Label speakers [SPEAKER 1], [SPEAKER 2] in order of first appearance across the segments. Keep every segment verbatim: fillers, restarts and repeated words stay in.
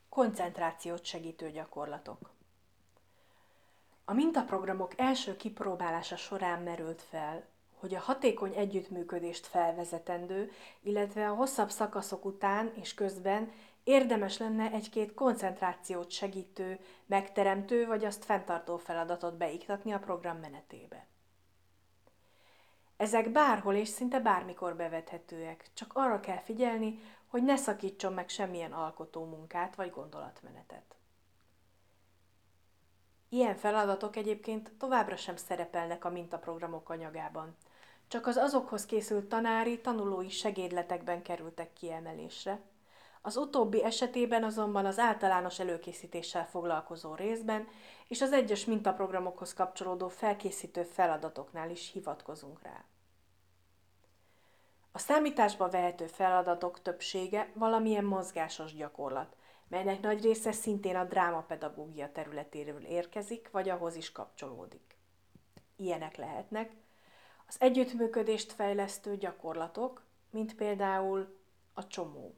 [SPEAKER 1] Koncentrációt segítő gyakorlatok. A mintaprogramok első kipróbálása során merült fel, hogy a hatékony együttműködést felvezetendő, illetve a hosszabb szakaszok után és közben érdemes lenne egy-két koncentrációt segítő, megteremtő vagy azt fenntartó feladatot beiktatni a program menetébe. Ezek bárhol és szinte bármikor bevethetőek, csak arra kell figyelni, hogy ne szakítson meg semmilyen alkotó munkát vagy gondolatmenetet. Ilyen feladatok egyébként továbbra sem szerepelnek a mintaprogramok anyagában, csak az azokhoz készült tanári, tanulói segédletekben kerültek kiemelésre. Az utóbbi esetében azonban az általános előkészítéssel foglalkozó részben és az egyes mintaprogramokhoz kapcsolódó felkészítő feladatoknál is hivatkozunk rá. A számításba vehető feladatok többsége valamilyen mozgásos gyakorlat, melynek nagy része szintén a drámapedagógia területéről érkezik, vagy ahhoz is kapcsolódik. Ilyenek lehetnek az együttműködést fejlesztő gyakorlatok, mint például a csomó.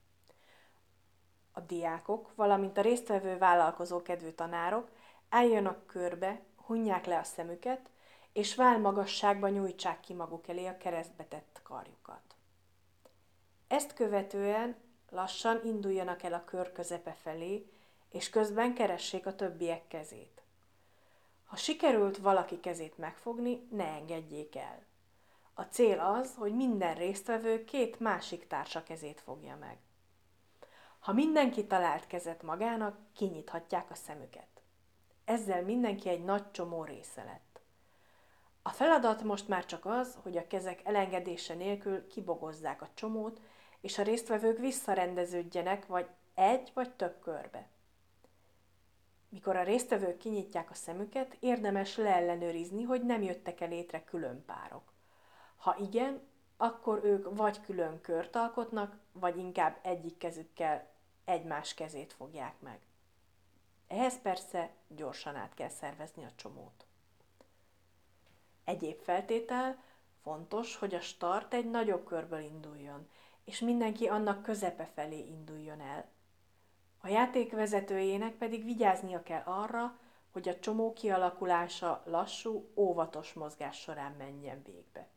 [SPEAKER 1] A diákok, valamint a résztvevő vállalkozókedvű tanárok álljanak körbe, hunják le a szemüket, és vállmagasságba nyújtsák ki maguk elé a keresztbe tett karjukat. Ezt követően lassan induljanak el a kör közepe felé, és közben keressék a többiek kezét. Ha sikerült valaki kezét megfogni, ne engedjék el. A cél az, hogy minden résztvevő két másik társa kezét fogja meg. Ha mindenki talált kezet magának, kinyithatják a szemüket. Ezzel mindenki egy nagy csomó része lett. A feladat most már csak az, hogy a kezek elengedése nélkül kibogozzák a csomót, és a résztvevők visszarendeződjenek vagy egy vagy több körbe. Mikor a résztvevők kinyitják a szemüket, érdemes leellenőrizni, hogy nem jöttek-e létre külön párok. Ha igen, akkor ők vagy külön kört alkotnak, vagy inkább egyik kezükkel egymás kezét fogják meg. Ehhez persze gyorsan át kell szervezni a csomót. Egyéb feltétel, fontos, hogy a start egy nagyobb körből induljon, és mindenki annak közepe felé induljon el. A játék vezetőjének pedig vigyáznia kell arra, hogy a csomó kialakulása lassú, óvatos mozgás során menjen végbe.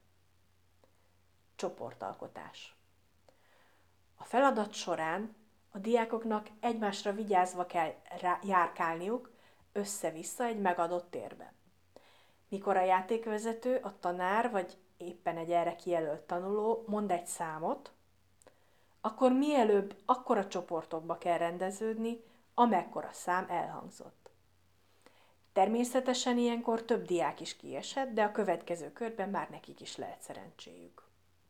[SPEAKER 1] Csoportalkotás. A feladat során a diákoknak egymásra vigyázva kell járkálniuk össze-vissza egy megadott térben. Mikor a játékvezető, a tanár vagy éppen egy erre kijelölt tanuló mond egy számot, akkor mielőbb akkora csoportokba kell rendeződni, amekkora szám elhangzott. Természetesen ilyenkor több diák is kiesett, de a következő körben már nekik is lehet szerencséjük.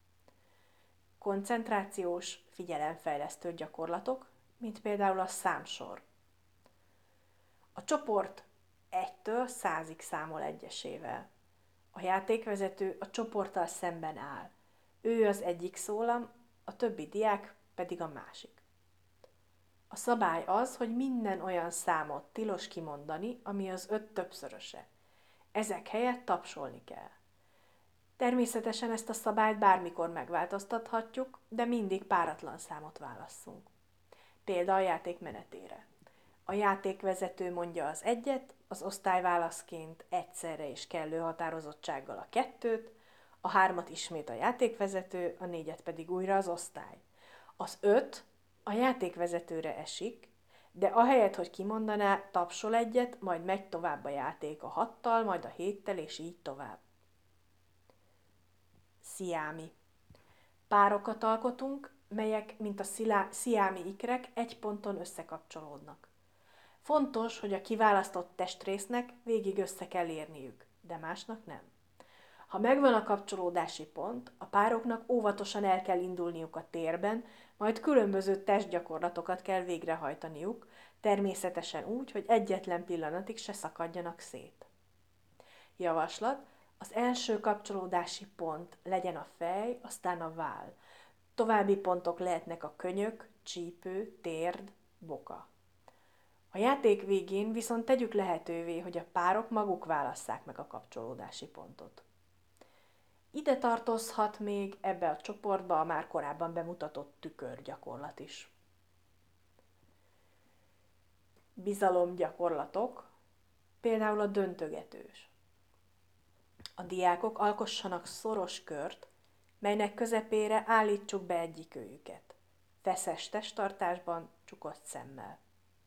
[SPEAKER 1] Koncentrációs, figyelemfejlesztő gyakorlatok, mint például a számsor. A csoport egytől százig számol egyesével. A játékvezető a csoporttal szemben áll. Ő az egyik szólam, a többi diák pedig a másik. A szabály az, hogy minden olyan számot tilos kimondani, ami az öt többszöröse. Ezek helyett tapsolni kell. Természetesen ezt a szabályt bármikor megváltoztathatjuk, de mindig páratlan számot válasszunk. Példa a játék menetére. A játékvezető mondja az egyet, az osztály válaszként egyszerre és kellő határozottsággal a kettőt, a hármat ismét a játékvezető, a négyet pedig újra az osztály. Az öt a játékvezetőre esik, de ahelyett, hogy kimondaná, tapsol egyet, majd megy tovább a játék a hattal, majd a héttel, és így tovább. Sziámi. Párokat alkotunk, melyek, mint a szilá- sziámi ikrek, egy ponton összekapcsolódnak. Fontos, hogy a kiválasztott testrésznek végig össze kell érniük, de másnak nem. Ha megvan a kapcsolódási pont, a pároknak óvatosan el kell indulniuk a térben, majd különböző testgyakorlatokat kell végrehajtaniuk, természetesen úgy, hogy egyetlen pillanatig se szakadjanak szét. Javaslat: az első kapcsolódási pont legyen a fej, aztán a váll. További pontok lehetnek a könyök, csípő, térd, boka. A játék végén viszont tegyük lehetővé, hogy a párok maguk válasszák meg a kapcsolódási pontot. Ide tartozhat még ebbe a csoportba a már korábban bemutatott tükörgyakorlat is. Bizalomgyakorlatok, például a döntögetős. A diákok alkossanak szoros kört, melynek közepére állítsuk be egyikőjüket. Feszes testtartásban, csukott szemmel.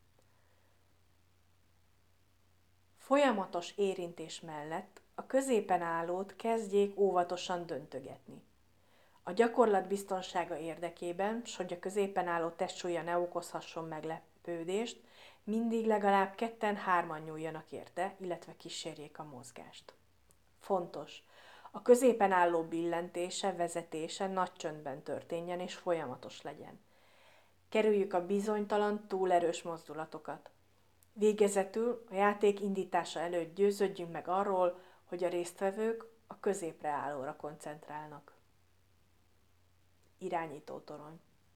[SPEAKER 1] Folyamatos érintés mellett a középen állót kezdjék óvatosan döntögetni. A gyakorlat biztonsága érdekében, s hogy a középen álló testsúlya ne okozhasson meglepődést, mindig legalább ketten-hárman nyúljanak érte, illetve kísérjék a mozgást. Fontos, a középen álló billentése, vezetése nagy csöndben történjen és folyamatos legyen. Kerüljük a bizonytalan, túlerős mozdulatokat. Végezetül a játék indítása előtt győződjünk meg arról, hogy a résztvevők a középre állóra koncentrálnak. Irányítótorony.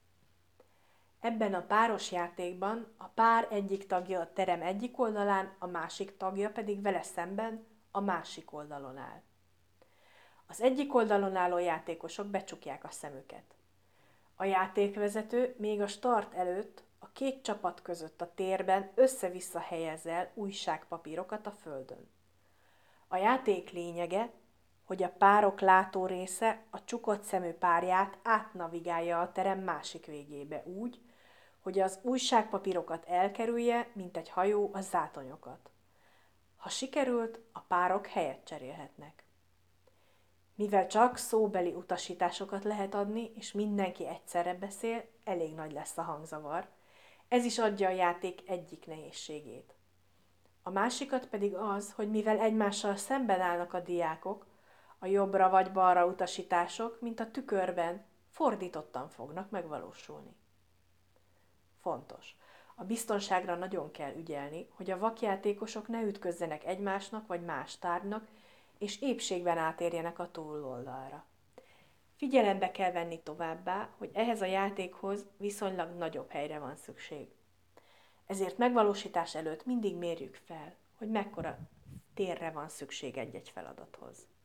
[SPEAKER 1] Ebben a páros játékban a pár egyik tagja a terem egyik oldalán, a másik tagja pedig vele szemben a másik oldalon áll. Az egyik oldalon álló játékosok becsukják a szemüket. A játékvezető még a start előtt a két csapat között a térben össze-vissza helyez el újságpapírokat a földön. A játék lényege, hogy a párok látórésze a csukott szemű párját átnavigálja a terem másik végébe úgy, hogy az újságpapírokat elkerülje, mint egy hajó a zátonyokat. Ha sikerült, a párok helyet cserélhetnek. Mivel csak szóbeli utasításokat lehet adni, és mindenki egyszerre beszél, elég nagy lesz a hangzavar. Ez is adja a játék egyik nehézségét. A másikat pedig az, hogy mivel egymással szemben állnak a diákok, a jobbra vagy balra utasítások, mint a tükörben, fordítottan fognak megvalósulni. Fontos. A biztonságra nagyon kell ügyelni, hogy a vakjátékosok ne ütközzenek egymásnak vagy más tárgynak, és épségben átérjenek a túloldalra. Figyelembe kell venni továbbá, hogy ehhez a játékhoz viszonylag nagyobb helyre van szükség. Ezért megvalósítás előtt mindig mérjük fel, hogy mekkora térre van szükség egy-egy feladathoz.